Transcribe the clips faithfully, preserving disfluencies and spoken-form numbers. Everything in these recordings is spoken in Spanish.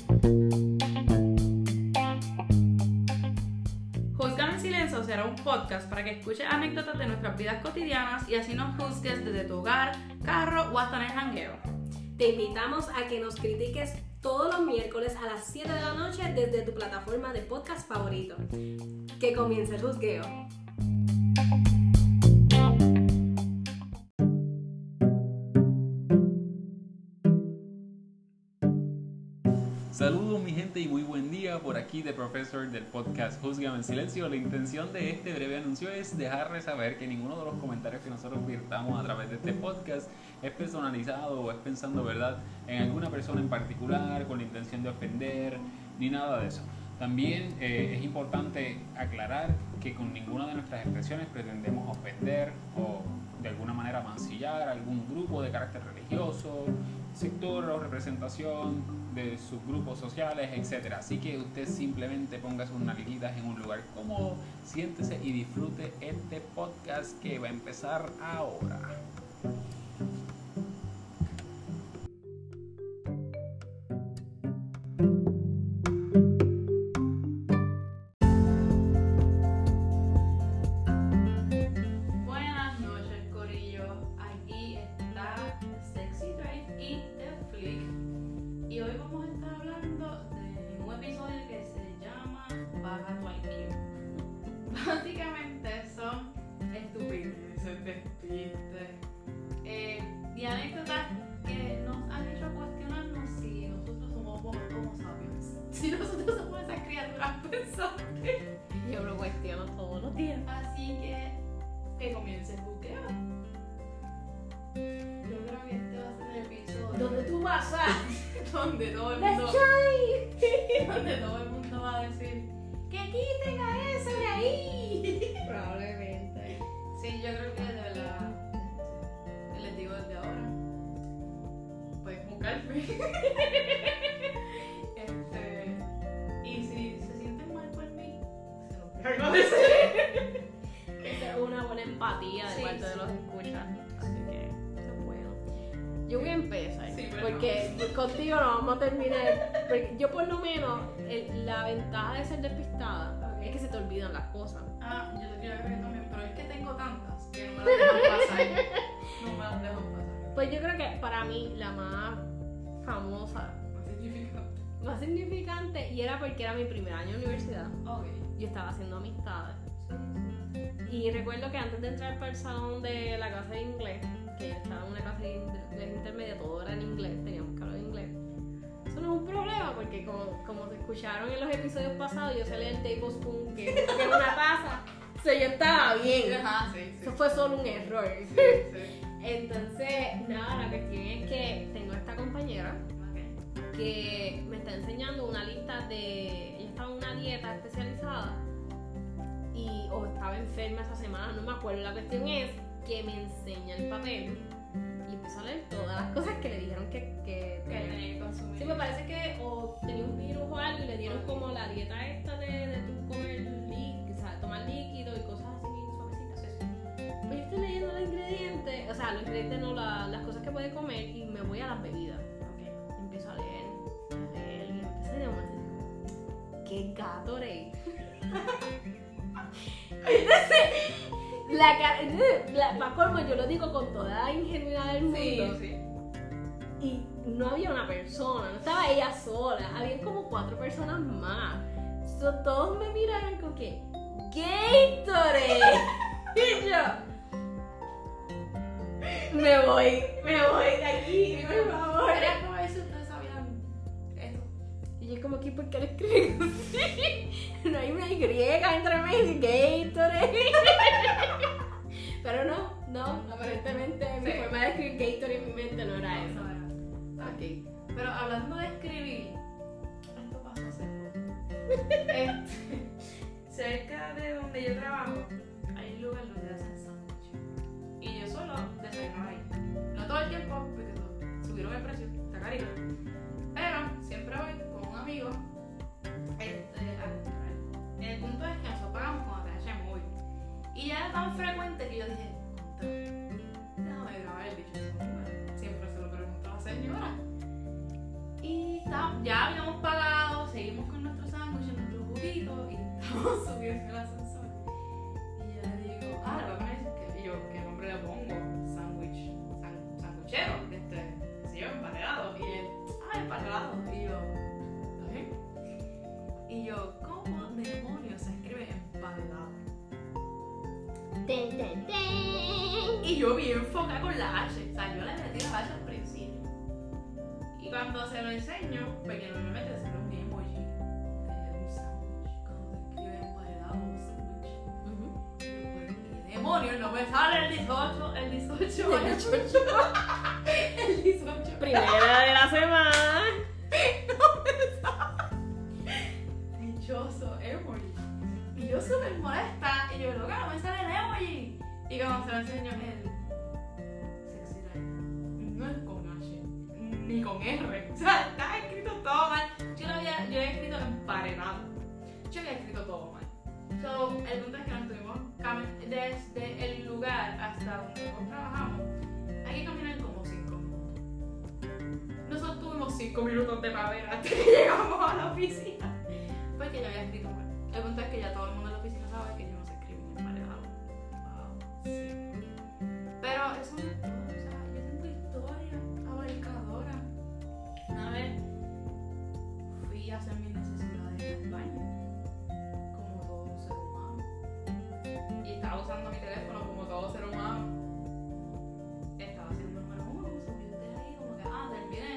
Juzgame en Silencio será un podcast para que escuches anécdotas de nuestras vidas cotidianas y así nos juzgues desde tu hogar, carro o hasta en el jangueo. Te invitamos a que nos critiques todos los miércoles a las siete de la noche desde tu plataforma de podcast favorito. Que comience el juzgueo. Saludos mi gente y muy buen día, por aquí The Professor del podcast Juzgame en Silencio. La intención de este breve anuncio es dejarles saber que ninguno de los comentarios que nosotros virtamos a través de este podcast es personalizado o es pensando, ¿verdad?, en alguna persona en particular con la intención de ofender, ni nada de eso. También eh, es importante aclarar que con ninguna de nuestras expresiones pretendemos ofender o de alguna manera mancillar a algún grupo de carácter religioso, sector o representación de sus grupos sociales, etcétera. Así que usted simplemente ponga sus nalguitas en un lugar cómodo, siéntese y disfrute este podcast que va a empezar ahora. Buenas noches, corillo. Aquí está Sexy Drive y The Flick. Y hoy vamos a estar hablando de un episodio que se llama Baja tu I Q. Básicamente son estupideces, despistes eh, y anécdotas que nos han hecho cuestionarnos si nosotros somos homo sapiens, si nosotros somos esas criaturas pensantes. Yo lo cuestiono todos los días. Así que que comience el buqueo. Yo creo que este va a ser el episodio ¿Dónde tú vas a? donde todo el ¡Let's mundo try! donde todo el mundo va a decir que quiten a eso de ahí. Probablemente. Sí, yo creo que de verdad este, les digo desde ahora, pueden buscarme. este, y si se sienten mal por mí, se lo pierdo a decir. Esa es una buena empatía de Sí, parte de sí. los que escuchan. Así que, eso es bueno. Yo voy a empezar. Sí, pero porque contigo no vamos a terminar. Porque yo, por lo menos, el- la ventaja de ser despistada Ok. es que se te olvidan las cosas. Ah, yo te quiero ver también, pero es que tengo tantas que no me las dejan pasar. No me las dejan pasar. Pues yo creo que para mí la más famosa, No significa. más significante, y era porque era mi primer año de universidad, Ok. yo estaba haciendo amistades. Sí, Y recuerdo que antes de entrar para el salón de la clase de inglés, que yo estaba en una clase de inglés intermedia, todo era en inglés, teníamos que hablar inglés. Eso no es un problema porque como, como se escucharon en los episodios pasados, yo salí del tablespoon, que que era una taza, o sea, yo estaba bien. Ajá, sí, sí. Eso fue solo un error. Sí, sí. Entonces, nada, la cuestión es que tengo esta compañera Ok. que me está enseñando una lista de... Ella estaba en una dieta especializada y o estaba enferma esa semana, no me acuerdo. La cuestión es que me enseña el papel y empiezo a leer todas las cosas que le dijeron que, que, Que tenía que consumir. Sí, me parece que o tenía un virus o algo y le dieron como la dieta esta de, de tú comer líquido, o sea, tomar líquido y cosas así bien suavecitas. Pues yo estoy leyendo los ingredientes, o sea, los ingredientes no, la- las cosas que puede comer y me voy a las bebidas. Ok. Y empiezo a leer, a leer y empecé de momento y digo, ¿qué Gatorade? Entonces, la cara, la, pa' colmo, yo lo digo con toda la ingenuidad del mundo. Sí, sí. Y no había una persona, no estaba ella sola, había como cuatro personas más. So, todos me miraron como que Gatorade. Y yo me voy, me voy de aquí, por favor. Quería como ver si ustedes sabían eso. Y yo como que, ¿por qué lo escriben así? No hay una Y entre medio, Gatorade. Pero no, no, aparentemente mi Sí. forma de escribir Gatorade en mi mente no era eso. Ok. Pero hablando de escribir, esto pasó hace poco. Este, cerca de donde yo trabajo, hay un lugar donde hacen sándwich. Y yo solo desayuno ahí. No todo el tiempo, porque su- subieron el precio, está carito. Pero siempre voy con un amigo este, a comprar. El punto es que nosotros pagamos con A T H móvil. Y ya era tan frecuente que yo dije, contra, déjame grabar el bicho de esa número. Siempre se lo pregunto a la señora. Y está- ya habíamos pagado Estamos subiendo el ascensor. Y yo le digo, ah, le voy a poner que y yo, ¿qué nombre le pongo? Sándwich, san, sanguchero, este, sí, emparedado. Y él, ah, emparedado. Y yo, ¿está bien? Y yo, ¿cómo demonios se escribe emparedado? Ten, ten, ten. Y yo bien enfocada con la H, o sea, yo le metí la H al principio. Y cuando se lo enseño, porque normalmente se un emoji de un sándwich, cuando se escribe emparedado un sándwich. Ujú. ¿Qué demonios? No me sale el dieciocho, el dieciocho, el dieciocho. El dieciocho. Primera de la semana. No me sale. Dichoso emoji. Y yo súper molesta, y yo, loca, no me sale el emoji. Y cuando se lo enseño, él, sexy life, no es con H, ni con R. O sea, está escrito todo mal. Yo lo había, yo había escrito emparedado. Yo había escrito todo mal. So, el punto es que nos tuvimos cami- desde el lugar hasta donde nosotros trabajamos. Hay que caminar como cinco minutos. Nosotros tuvimos cinco minutos de pavera hasta que llegamos a la oficina. Porque yo había escrito mal. El punto es que ya todo el mundo en la oficina sabe que yo no sé escribir emparedado. Wow, sí. Pero eso no es todo, o sea, yo tengo historia abarcadora. Una vez fui a hacer mis necesidades en el baño, como todo ser humano. Y estaba usando mi teléfono como todo ser humano. Estaba haciendo el número uno, subí usted ahí, como que, ah, terminé.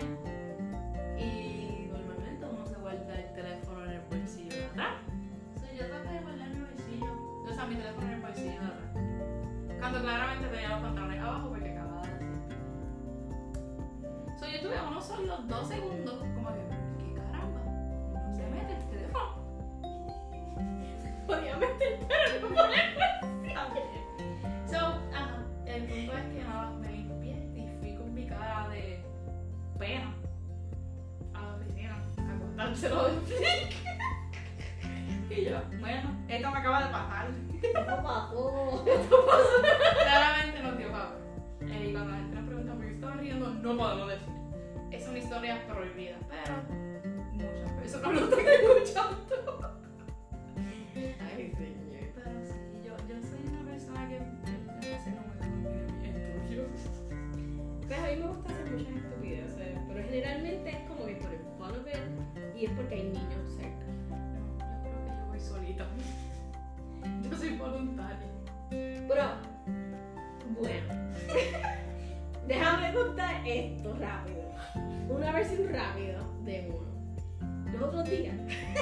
Y normalmente uno se guarda el teléfono en el bolsillo de atrás. Entonces yo traté de guardar mi bolsillo, o sea, mi teléfono en el bolsillo de atrás. Cuando claramente tenía los pantalones abajo porque acababa de hacer. So, yo tuve unos sólidos dos segundos, como que, ¿qué caramba? No se mete el teléfono. Podía meter, pero no podía. So, ajá, el punto es que nada, me limpié y fui con mi cara de pena a la oficina a contárselo de Flick. Y yo, bueno, esto me acaba de pasar. ¿Qué pasó? Claramente nos dio pavor. Eh, y cuando la gente nos pregunta por qué estaba riendo, no podemos decir. Es una historia prohibida, pero muchas personas lo están escuchando. Ay, señor. Pero sí, yo, yo soy una persona que yo no sé cómo dormir en mis estudios. Pues a mí me gusta hacer muchas estupideces, pero generalmente es como que por el fun of it y es porque hay niños cerca. No, yo creo que yo voy solita. Yo soy voluntaria. Pero, bueno, déjame contar esto rápido. Una versión rápida de uno. Los otros días,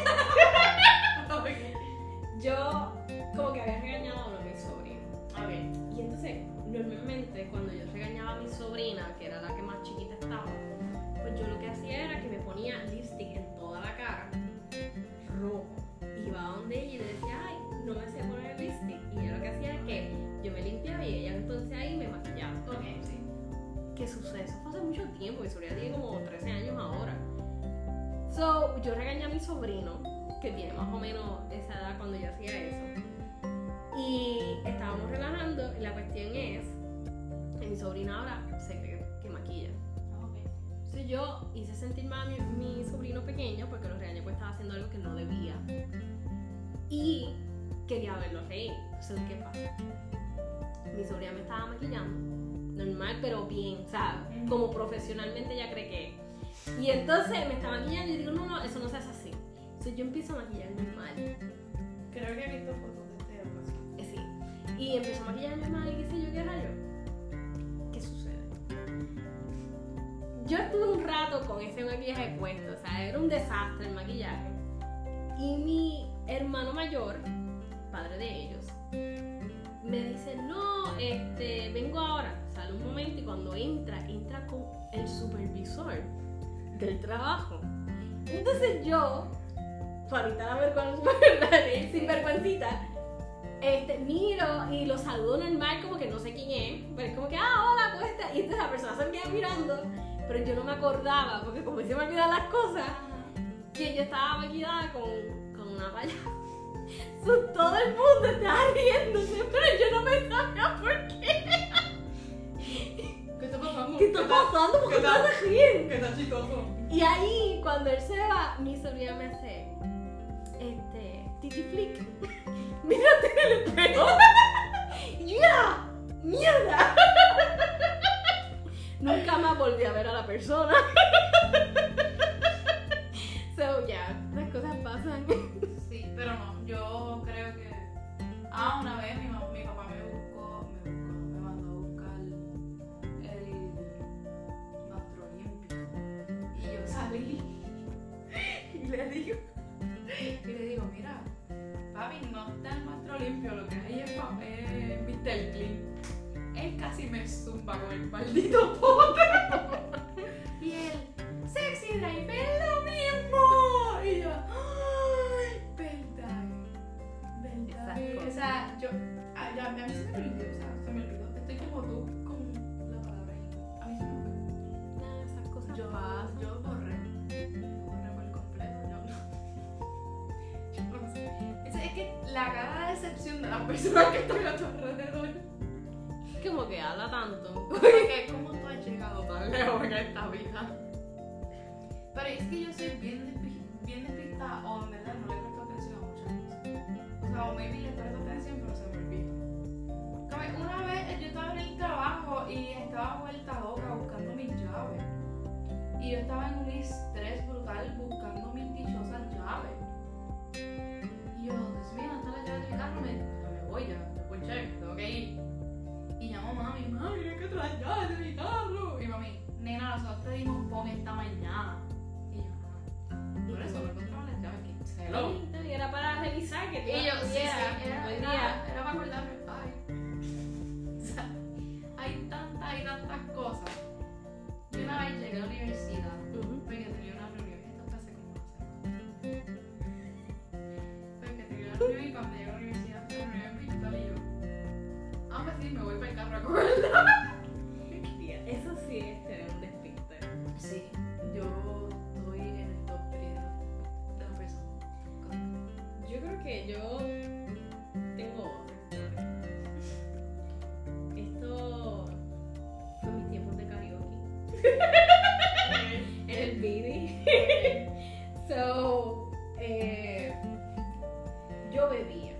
Okay. yo como que había regañado a uno de mis sobrinos. Okay. Y entonces, normalmente cuando yo regañaba a mi sobrina, que era la que más chiquita estaba, pues yo lo que hacía era que me ponía lipstick en toda la cara, rojo. Iba a donde ella y le decía, ay, no me sé poner el lipstick. Y ella lo que hacía era que yo me limpiaba y ella entonces ahí me maquillaba. Ok, sí. ¿Qué sucede? Eso fue hace mucho tiempo, mi sobrina tiene como trece años ahora. So, yo regañé a mi sobrino, que tiene más o menos esa edad cuando yo hacía eso. Y estábamos relajando, y la cuestión es que mi sobrina ahora se cree que maquilla. Okay. Entonces yo hice sentir mal a mi, mi sobrino pequeño porque lo regañé porque estaba haciendo algo que no debía. Y quería verlo reír. Entonces, ¿qué pasa? Mi sobrina me estaba maquillando, normal pero bien, ¿sabes? Como profesionalmente ella cree que es. Y entonces me está maquillando y digo, no, no, eso no se hace así. Entonces yo empiezo a maquillar normal. Creo que he visto fotos de este hermoso. Eh, sí. Y empiezo a maquillar normal y qué sé yo, qué rayo. ¿Qué sucede? Yo estuve un rato con ese maquillaje puesto, o sea, era un desastre el maquillaje. Y mi hermano mayor, padre de ellos, me dice, no, este, vengo ahora. Sale un momento y cuando entra, entra con el supervisor del trabajo. Entonces yo, para evitar la vergüenza, sin vergüencita, este, miro y lo saludo normal como que no sé quién es, pero es como que, ah, hola, ¿cómo estás? Y entonces la persona se me queda mirando, pero yo no me acordaba, porque como se me olvidan las cosas, que yo estaba maquillada con, con una payasa. So, todo el mundo estaba riéndose, pero yo no me sabía por qué. ¿Qué está pasando? ¿Qué está pasando? ¿Por qué ¿Qué te tal? vas a reír? ¿Qué tal, chistoso? Y ahí, cuando él se va, mi sobrina me hace, este, Titi Flick, mírate en el espejo. ¡Ya! ¡Mierda! Nunca más volví a ver a la persona. So, ya, yeah, las cosas pasan. Sí, pero no, yo creo que... Ah, una vez mi, mamá, mi papá me buscó, me buscó, me mandó a buscar el Mastro Limpio. Y yo salí y le digo, y le digo, mira, papi, no está el Mastro Limpio, lo que hay es, es mister Clean. Él casi me zumba con el maldito pote. Y él, Sexy Drive, es lo mismo. Y yo, ay, verdad, verdad. Esas O sea, yo, a, ya, a mí se me olvidó, o sea, se me olvidó. Estoy como tú con la palabra ahí. A mí se me olvidó. Nada, esas cosas Yo, pasan. yo borré, borré por completo. Yo, yo no sé. Es, es que la cara de decepción de las personas que están a tu alrededor. Como que habla tanto. Porque cómo tú has llegado tan lejos en esta vida. Pero es que yo soy bien, despi bien despistada, o en verdad no le presto atención a muchas cosas. O sea, o maybe le presto atención pero se me olvida. Como una vez yo estaba en el trabajo y estaba vuelta loca buscando mis llaves. Y yo estaba en un estrés brutal buscando mis dichosas llaves. Y yo, Dios mío, ¿dónde están las llaves del carro? Me, me voy ya, me ponché, tengo que ir. Y llamo a mami, mami, hay que traer llaves de mi carro. Y mami, nena, nosotros te dimos pon esta mañana. Y yo, ah, por eso no encontraba las llaves que hello. Y era para revisar que Y yo, sí, yeah, sí, era, hoy era, día. era para acordarme, ay. O sea, hay tantas y tantas cosas. Yo una vez llegué a la universidad, Ujú. porque tenía una reunión, esto fue hace como una semana. Porque tenía una reunión y cuando llegué a la universidad, la reunión virtual y yo, ah, pues sí, me voy para el carro a cogerla. Eso sí es tener un despiste. Sí, yo estoy en el top tres de la persona. Yo creo que yo tengo otra historia. Esto fue mis tiempos de karaoke. En el Bidi. So, eh, yo bebía.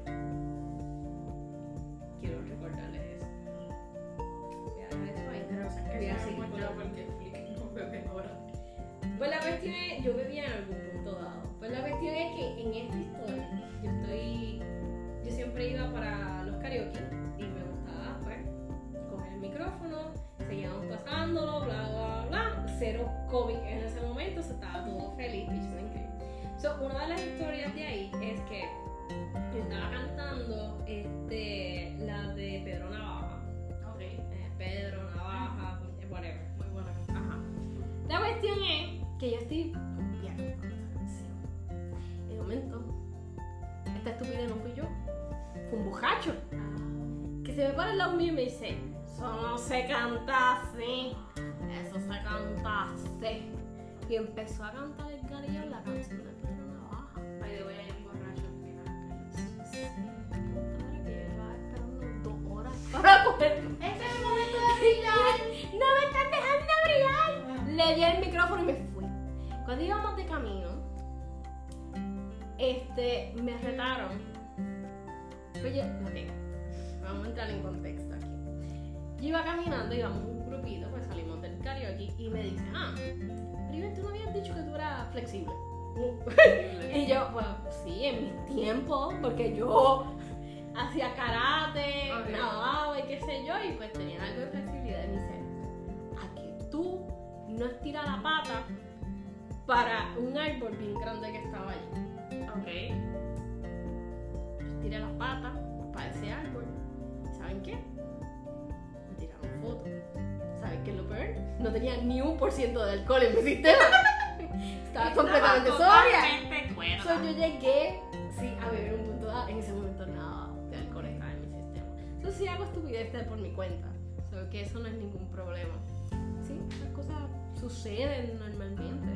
Quiero recordarles eso. Voy a dejar eso ahí. Pero o sea, que Voy a se seguir me con ya la- porque Flick no bebe ahora. Pues la cuestión es, yo bebía en algún punto dado. Pues la cuestión es que en esta historia, yo estoy, yo siempre iba para los karaoke y me gustaba, pues, coger el micrófono, seguíamos pasándolo, bla, bla, bla. Cero COVID en ese momento, se estaba todo feliz y yo increíble. So, una de las historias de ahí es que yo estaba cantando este, la de Pedro Navaja. Ok, Eh, Pedro Navaja, whatever. muy buena. Ajá. La cuestión es que yo estoy pompeando con esa canción. De momento, esta estupidez no fui yo, fue un bojacho que se me para al lado mío y me dice: eso no se canta así, eso se canta así. Y empezó a cantar el Garillo la canción de Pedro Navaja. Ahí le voy a ir un borracho al final. Era que yo llevaba esperando dos horas para poder. Este es el momento de brillar. ¡No me estás dejando brillar! Le di el micrófono y me fui. Cuando íbamos de camino, este, me retaron. Oye, ok, vamos a entrar en contexto aquí. Yo iba caminando, íbamos un grupito, pues salimos del karaoke y me dice: ah, River, tú no habías dicho que tú eras flexible. Y yo, bueno, sí, en mis tiempos, porque yo hacía karate, Ok. nadaba y qué sé yo, y pues tenía algo de flexibilidad. Y me dice: a que tú no estiras la pata para un árbol bien grande que estaba allí. Ok. Yo estiré la pata para ese árbol. ¿Saben qué? Me tiraron fotos. ¿Saben qué es lo peor? No tenía ni un por ciento de alcohol en mi sistema. Estaba completamente sobria. Totalmente cuerda. So, yo llegué, sí, a beber un punto dado. En ese momento nada de alcohol estaba en mi sistema. Entonces sí hago estupideces por mi cuenta. So, que eso no es ningún problema. Sí, esas cosas suceden normalmente.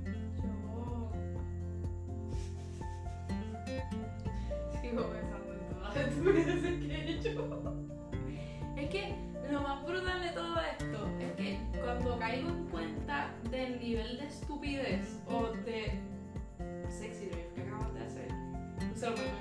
Yo sigo pensando en todas las estupideces que he hecho. Es que lo más brutal de todo esto es que cuando caigo en cuenta del nivel de estupidez o de sexy drive que acabas de hacer, se lo cuento a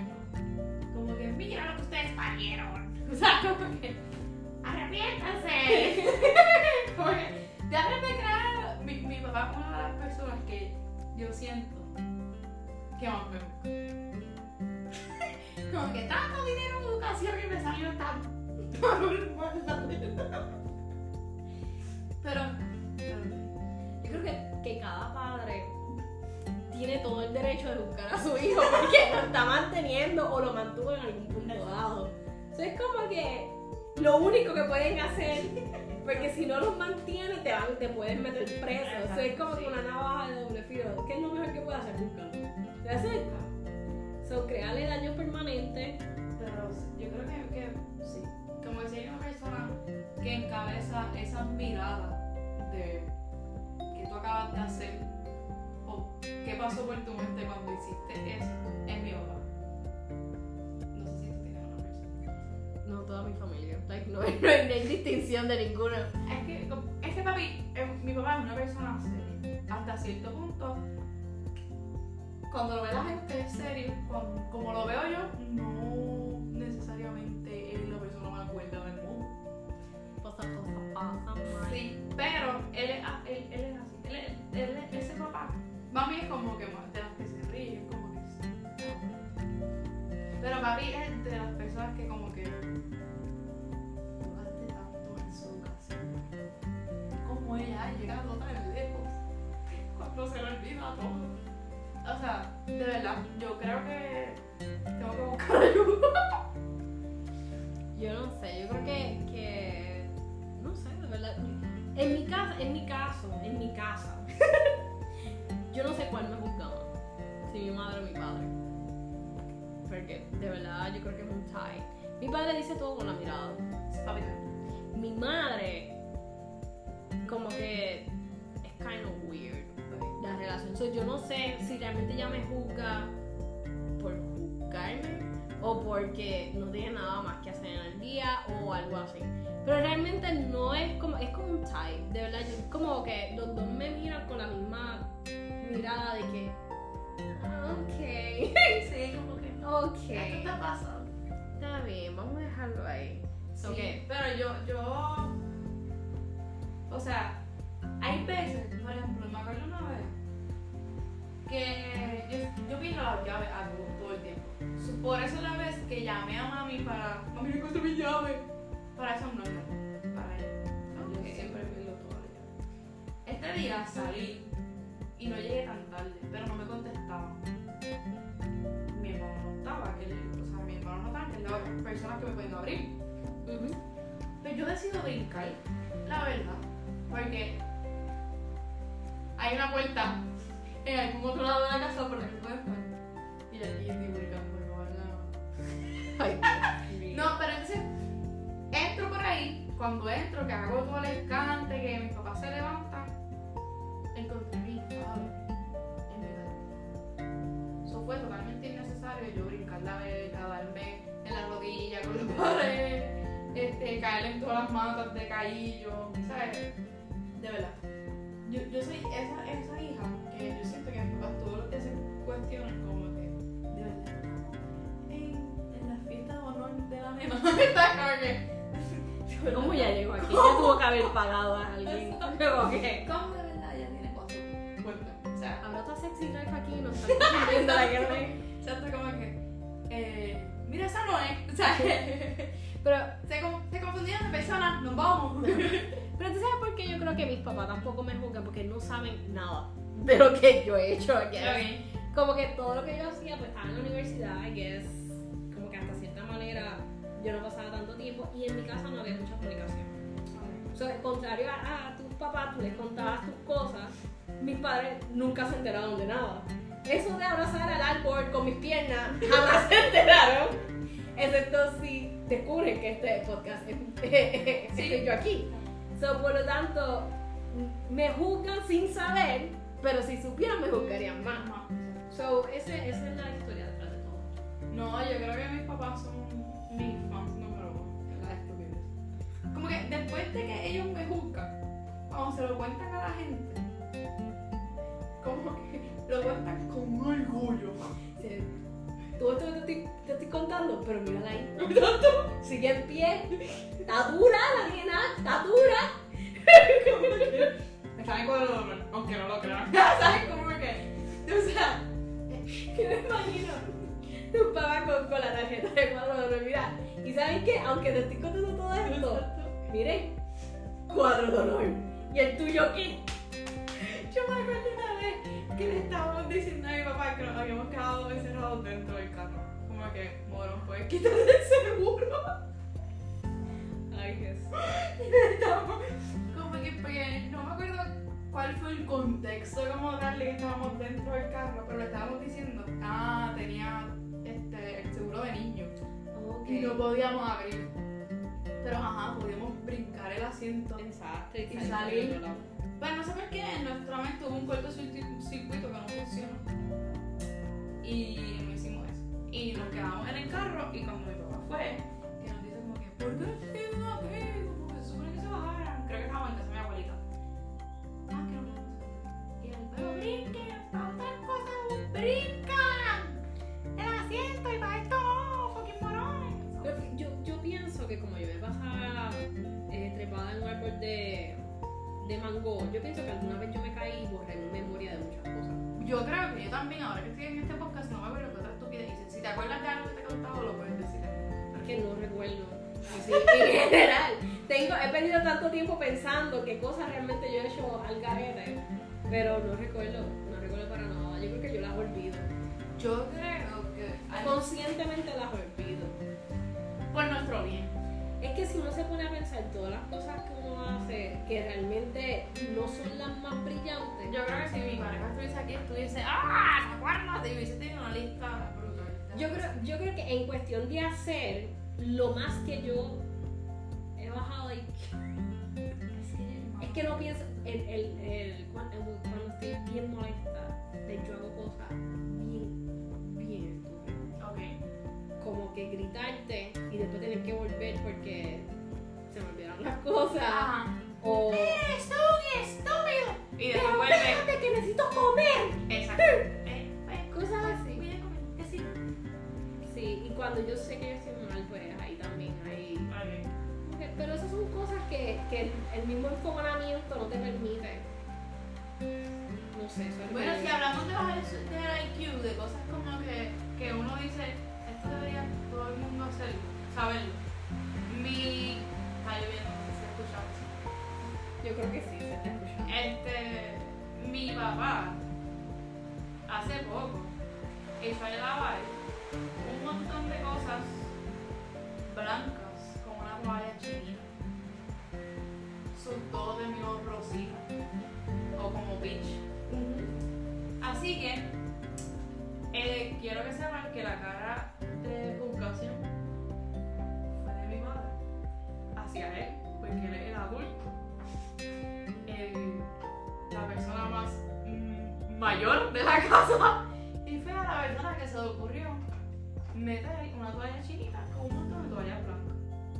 fallaron. O sea, como que, arrepiéntanse. Como que, déjame crear. Mi, mi papá es una de las personas que yo siento que más me busca. Como que tanto dinero en educación y me salió tan pero, pero Yo creo que, que cada padre tiene todo el derecho de juzgar a su hijo porque lo está manteniendo o lo mantuvo en algún punto dado. Eso es como que lo único que pueden hacer, porque si no los mantiene te, van, te pueden meter preso. Eso es como que una navaja de doble filo. ¿Qué es lo mejor que puede hacer? Juzgarlo. ¿Te hace? So, crearle daño permanente. Pero yo creo que, que sí. Como que si hay una persona que encabeza esas miradas de que tú acabas de hacer o qué pasó por tu mente cuando hiciste eso, es mi papá. No sé si tú tienes una persona. No, toda mi familia. Like, no, hay, no hay- no hay distinción de ninguna. Es que, es que papi, eh, mi papá es una persona seria. Hasta cierto punto, cuando lo ve la gente es serio. Cuando, como lo veo yo, no necesariamente es la persona más cuerda del mundo. Cosas, cosas pasan, man. Sí, pero él es, a- él, él es así. Él, es- él es ese papá. Mami es como que más de las que se ríen, como que sí. Pero papi es de las personas que como que no gaste tanto en su educación. Como ella ha llegado tan lejos cuando se le olvida todo. O sea, de verdad, yo creo que tengo que buscar ayuda. Yo no sé, yo creo que, que no sé, de verdad. En mi casa, en mi caso, en mi casa, yo no sé cuál me juzgaba, si mi madre o mi padre. Porque de verdad yo creo que es un tie. Mi padre dice todo con la mirada. Papi, Mi madre, como que es kind of weird la relación. So, yo no sé si realmente ella me juzga por juzgarme o porque no tiene nada más que hacer en el día o algo así. Pero realmente no es como, es como un tie, de verdad. Yo, como que los dos me miran con la misma mirada de que, ah, ok, sí, como que ok, esto está pasando. está bien, vamos a dejarlo ahí. Sí, Ok. pero yo, yo, o sea, hay veces, por ejemplo, me acuerdo una vez que yo, yo pido las llaves a todo, todo el tiempo. So, por eso la vez que llamé a mami para, mami, me encontré mi llave. Para eso no, no, para ella. Ok. Yo siempre pido todas las llaves. Este día salí y no llegué tan tarde, pero no me contestaban. Mi hermano no estaba, que él- o sea, mi hermano no estaba, que es la persona que me pueden abrir. Ujú. Pero yo decido brincar, la verdad, porque hay una puerta en algún otro lado de la casa por la que puedo entrar. Y aquí estoy brincando, no Ay, Dios mío. No, pero entonces entro por ahí, cuando entro, que hago todo el escante, que mis papás se levantan, encontré mi llave en mi casa. Eso fue totalmente innecesario yo brincar la verga, darme en la rodilla con la pared, este, caer en todas las matas de caillo, ¿sabes? De verdad. Yo, yo soy esa, esa hija que yo siento que mis papás todos los días se cuestionan como que, de verdad, en, en la fiesta de honor de la nena, está como que... ¿Cómo ya llegó aquí? Ya tuvo que haber pagado a alguien. Como que, ¿Cómo de verdad ya tiene cosas? Cuéntame. O sea, habrá otra sexy life aquí y nos están confundiendo la que no es. o sea, está como que, eh, mira, esa no es. O sea, Pero, se, con- se confundieron de personas, nos vamos. pero tú sabes por qué yo creo que mis papás tampoco me juzgan, porque no saben nada de lo que yo he hecho aquí. Ok. Como que todo lo que yo hacía, pues estaba en la universidad, I guess, como que hasta cierta manera yo no pasaba tanto tiempo y en mi casa no había mucha comunicación. O sea, al contrario a, a tus papás, tú les contabas tus cosas, mis padres nunca se enteraron de nada. Eso de abrazar al árbol con mis piernas, jamás se enteraron. Excepto si descubren que este podcast es, estoy yo aquí. So, por lo tanto, me juzgan sin saber, pero si supieran me juzgarían más. Ajá. So, ese, esa es la historia detrás de todo. No, yo creo que mis papás son mis fans número uno. Es la estupidez. Como que después de que ellos me juzgan, cuando se lo cuentan a la gente, como que lo cuentan con orgullo. Sí. Tú esto que te estoy, te estoy contando explotando, pero mírala ahí. Sigue en pie. Está dura la nena, está dura. Está en cuadro de honor, aunque no lo crean. ¿Sabes cómo que? O sea, Que me imagino tu papá con, con la tarjeta de cuadro de honor. Mira, y ¿saben qué? Aunque te estoy contando todo esto, miren, cuadro de honor. ¿Y el tuyo qué? yo me acuerdo una vez que le estábamos diciendo a mi papá que nos habíamos quedado encerrados dentro del carro. Como que, morón, puedes quitar el seguro. Ay, Jesús. Estábamos, como que, porque no me acuerdo cuál fue el contexto como tal de que estábamos dentro del carro, pero le estábamos diciendo, ah, tenía este, el seguro de niño. Okay. Y no podíamos abrir. Pero ajá, podíamos brincar el asiento. Exacto, Y salir. Pero no sé por qué en nuestra mente hubo un cortocircuito que no funcionó. Y no hicimos eso. Y nos quedamos en el carro y cuando mi papá fue, que nos dice como que, ¿por qué siguen aquí? Como que se supone que se bajaran. Creo que estábamos en casa de mi abuelita. Ah, que no me gusta. Y él, pero brinquen, para otras cosas, brincan. El asiento y para esto no, fucking morones. Yo, yo pienso que como yo me pasaba eh, trepada en un árbol de, de mango, yo pienso que alguna vez yo me caí y borré mi memoria de muchas cosas. Yo creo que yo también, ahora que estoy en este podcast, no me acuerdo de otra estupidez dicen. Si te acuerdas de algo que te he contado, lo puedes decir. Es que no recuerdo. Así, en general, tengo, he perdido tanto tiempo pensando qué cosas realmente yo he hecho al garete, pero no recuerdo, no recuerdo para nada. Yo creo que yo las olvido. Yo creo que hay- Conscientemente las olvido. por nuestro bien. Es que si uno se pone a pensar todas las cosas que uno hace que realmente no son las más brillantes. Yo creo que si mi pareja estuviese aquí, estuviese, ¡ah! ¿Se acuerdan? Y hubiese tenido una lista brutal. Yo creo, yo creo que en cuestión de hacer, lo más que yo he bajado ahí. Es que no pienso. El, el, el, cuando, cuando estoy bien molesta, yo hago cosas bien, bien estúpidas. Ok. Como que gritarte y después tener que volver porque se me olvidaron las cosas. Ajá. O. ¡Eres tú, estúpido! Y después vuelve. ¡Déjate que necesito comer! Exacto. Eh, pues, Cosas así. voy a comer. Que sí. Sí, y cuando yo sé que yo estoy mal, pues ahí también, ahí. Ok. Ok, pero esas son cosas que, que el, el mismo enfogonamiento no te permite. No sé, eso es Bueno, muy- si hablamos de bajar el del I Q, de cosas como que, que uno dice, esto debería todo el mundo hacerlo, saberlo. Mi. Está lloviendo, no sé si escuchamos. Yo creo que sí, se está escuchando. Este. Mi papá, hace poco, echó a lavar un montón de cosas blancas con una toalla china. Son todo de mi rosita. O como peach. Así que eh, quiero que sepan que la cara de juzgación fue de mi madre hacia él, porque él es el adulto, el- la persona más mm, mayor de la casa, y fue a la persona que se le ocurrió meter una toalla chinita con un montón de toallas blancas.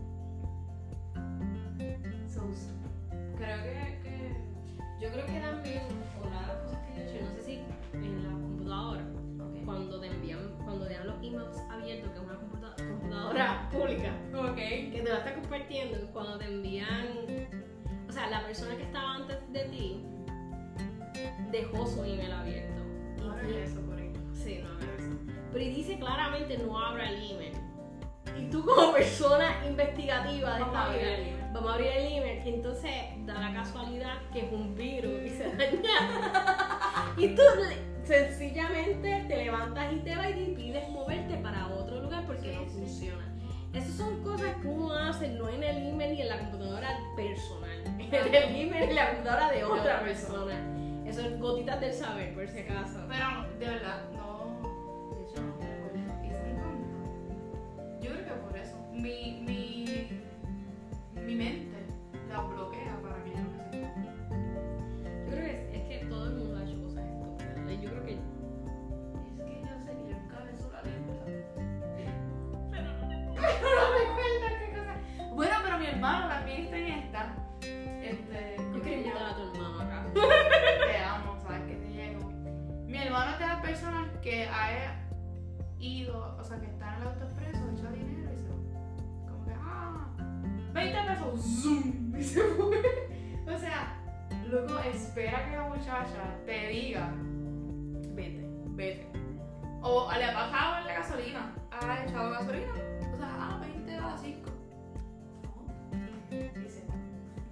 So, creo que, que Yo creo que también, otra de las cosas que yo he hecho, no sé si en la computadora, okay. cuando te envían, cuando te dan los emails abiertos, que es una computa- computadora pública, Ok. que te la está compartiendo, cuando te envían, o sea, la persona que estaba antes de ti dejó su email abierto. No hagas eso por ahí. Sí, no hagas eso. Pero y dice claramente no abra el email. Y tú como persona investigativa de Vamos a esta abrir vida, el email. vamos a abrir el email, entonces da la casualidad que es un virus y se daña. Y tú le- sencillamente te levantas y te vas y pides moverte para otro lugar porque Sí, no sí. funciona. Esas son cosas que uno hace no en el email ni en la computadora personal, en el email y en la computadora de otra otra persona. Eso es gotitas del saber, por si acaso. Pero no, de verdad, no. De hecho, no me acuerdo. Hice un cambio. Yo creo que por eso. Mi, mi, mi mente la bloquea para que yo no me sienta. Yo creo que es, es que todo el mundo ha hecho cosas estúpidas. Y yo creo que Es que yo sé que yo encabezo la lista. Pero no me pero no me cuenta qué cosa. Bueno, pero mi hermano también está en esta. Este. yo quiero invitar a tu hermano acá. Te amo, sabes que te llego. Mi hermano es de las personas que a él ido, o sea, que está en el autoexpreso, echa dinero y se va. Como que, ah, veinte pesos, zoom, y se fue. O sea, loco, espera que la muchacha te diga, vete, vete. O le ha bajado en la gasolina, ha echado gasolina, o sea, ah, veinte a las cinco. No, y se va.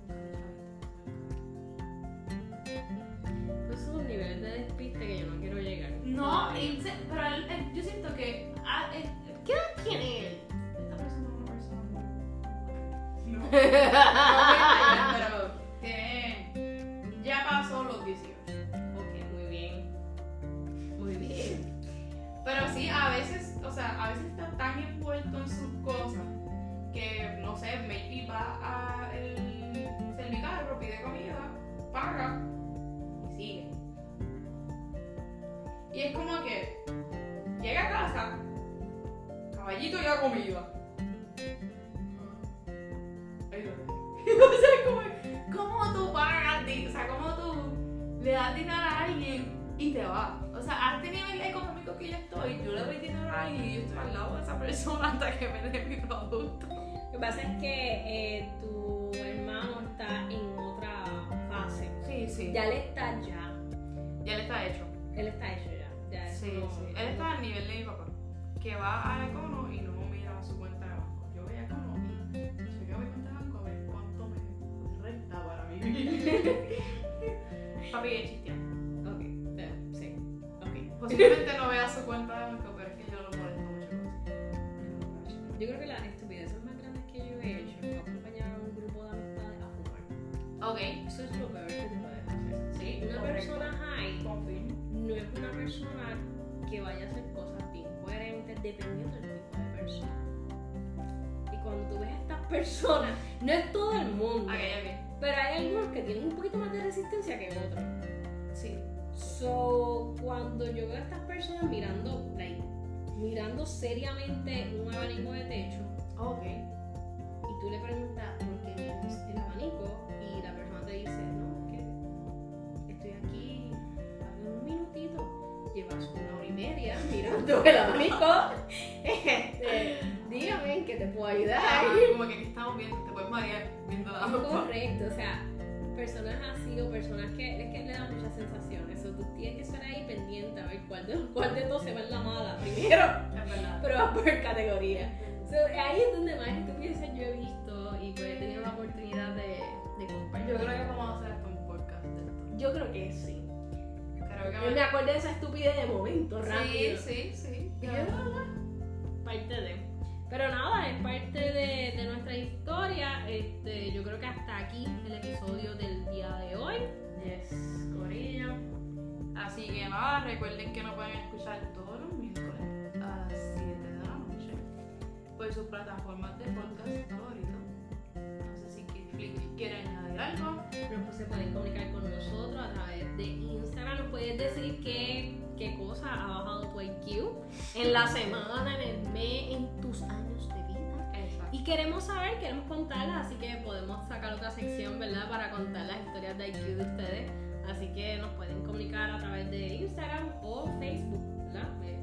Esos son niveles de despiste que yo no quiero llegar. No, y se- pero él- él- yo siento que, ah, eh, ¿qué edad tiene él? Esta persona es una persona muy- No, no voy a engañar, pero tiene, ya pasó los dieciocho. Ok, muy bien. Muy bien. Pero sí, a veces, o sea, a veces está tan envuelto en sus cosas que, no sé, maybe va a el servicarro, pide comida, paga y sigue. Y es como que llega a casa, caballito ya comida. Ahí lo ves. O sea, como, ¿cómo tú pagas? di- O sea, ¿cómo tú le das dinero a alguien y te vas? O sea, a este nivel económico que yo estoy, yo le doy dinero a alguien y yo estoy al lado de esa persona hasta que me dé mi producto. Lo que pasa es que eh, tu hermano está en otra fase. Sí, sí. Ya él está ya. Ya le está hecho. Él está hecho ya. Ya eso Sí, no- sí. Él está al nivel de mi papá, que va a Econo y no mira su cuenta de banco. Yo voy a Econo y chequeo mi cuenta de banco a ver cuánto me renta para vivir. Papi, es chisteando. Ok, eh, sí. Ok. Posiblemente no vea su cuenta de banco, pero es que yo lo molesto mucho con eso. Yo creo que las estupideces más grandes que yo he hecho fue acompañar a un grupo de amistades a fumar. Ok. Eso es lo peor que te puedes hacer. Sí, Una correcto. persona high Confirmo. no es una persona que vaya a hacer cosas bien coherentes dependiendo del tipo de persona. Y cuando tú ves a estas personas, no es todo el mundo, Ok, ok. pero hay algunos que tienen un poquito más de resistencia que otros. Sí. So, cuando yo veo a estas personas mirando, like, mirando seriamente un abanico de techo, Ok. y tú le preguntas por qué miras el abanico, y la persona te dice, no, que estoy aquí hace un minutito, llevas una hora y media mirando el abanico, este, dígame en qué te puedo ayudar. Ah, como que aquí estamos viendo, te puedes marear viendo la ropa. Correcto, o sea, personas así o personas que es que le dan muchas sensaciones, o tú tienes que estar ahí pendiente a ver cuál de, cuál de todos se va en la mala primero, Es verdad. pero va por categoría. So, ahí es donde más estupideces yo he visto y pues he tenido la oportunidad de, de compartir. Yo creo que vamos a hacer hasta un podcast de esto. Yo creo que sí. Creo que Yo me acuerdo de esa estupidez de momento, Sí, rápido. sí, sí. Y yo, parte de. Pero nada, es parte de, de nuestra historia. Este, yo creo que hasta aquí el episodio del día de hoy. Yes, corillo. Así que nada, recuerden que nos pueden escuchar todos los miércoles a las siete de la noche por sus plataformas de podcast favoritos. No sé si Flickr quiere añadir algo. Nos se pueden comunicar con nosotros a través de Instagram. Nos puedes decir qué, qué cosa ha bajado tu I Q en la semana, en el mes, en tus años de vida. Exacto. Y queremos saber, queremos contarlas, así que podemos sacar otra sección, ¿verdad? Para contar las historias de I Q de ustedes. Así que nos pueden comunicar a través de Instagram o Facebook, ¿verdad?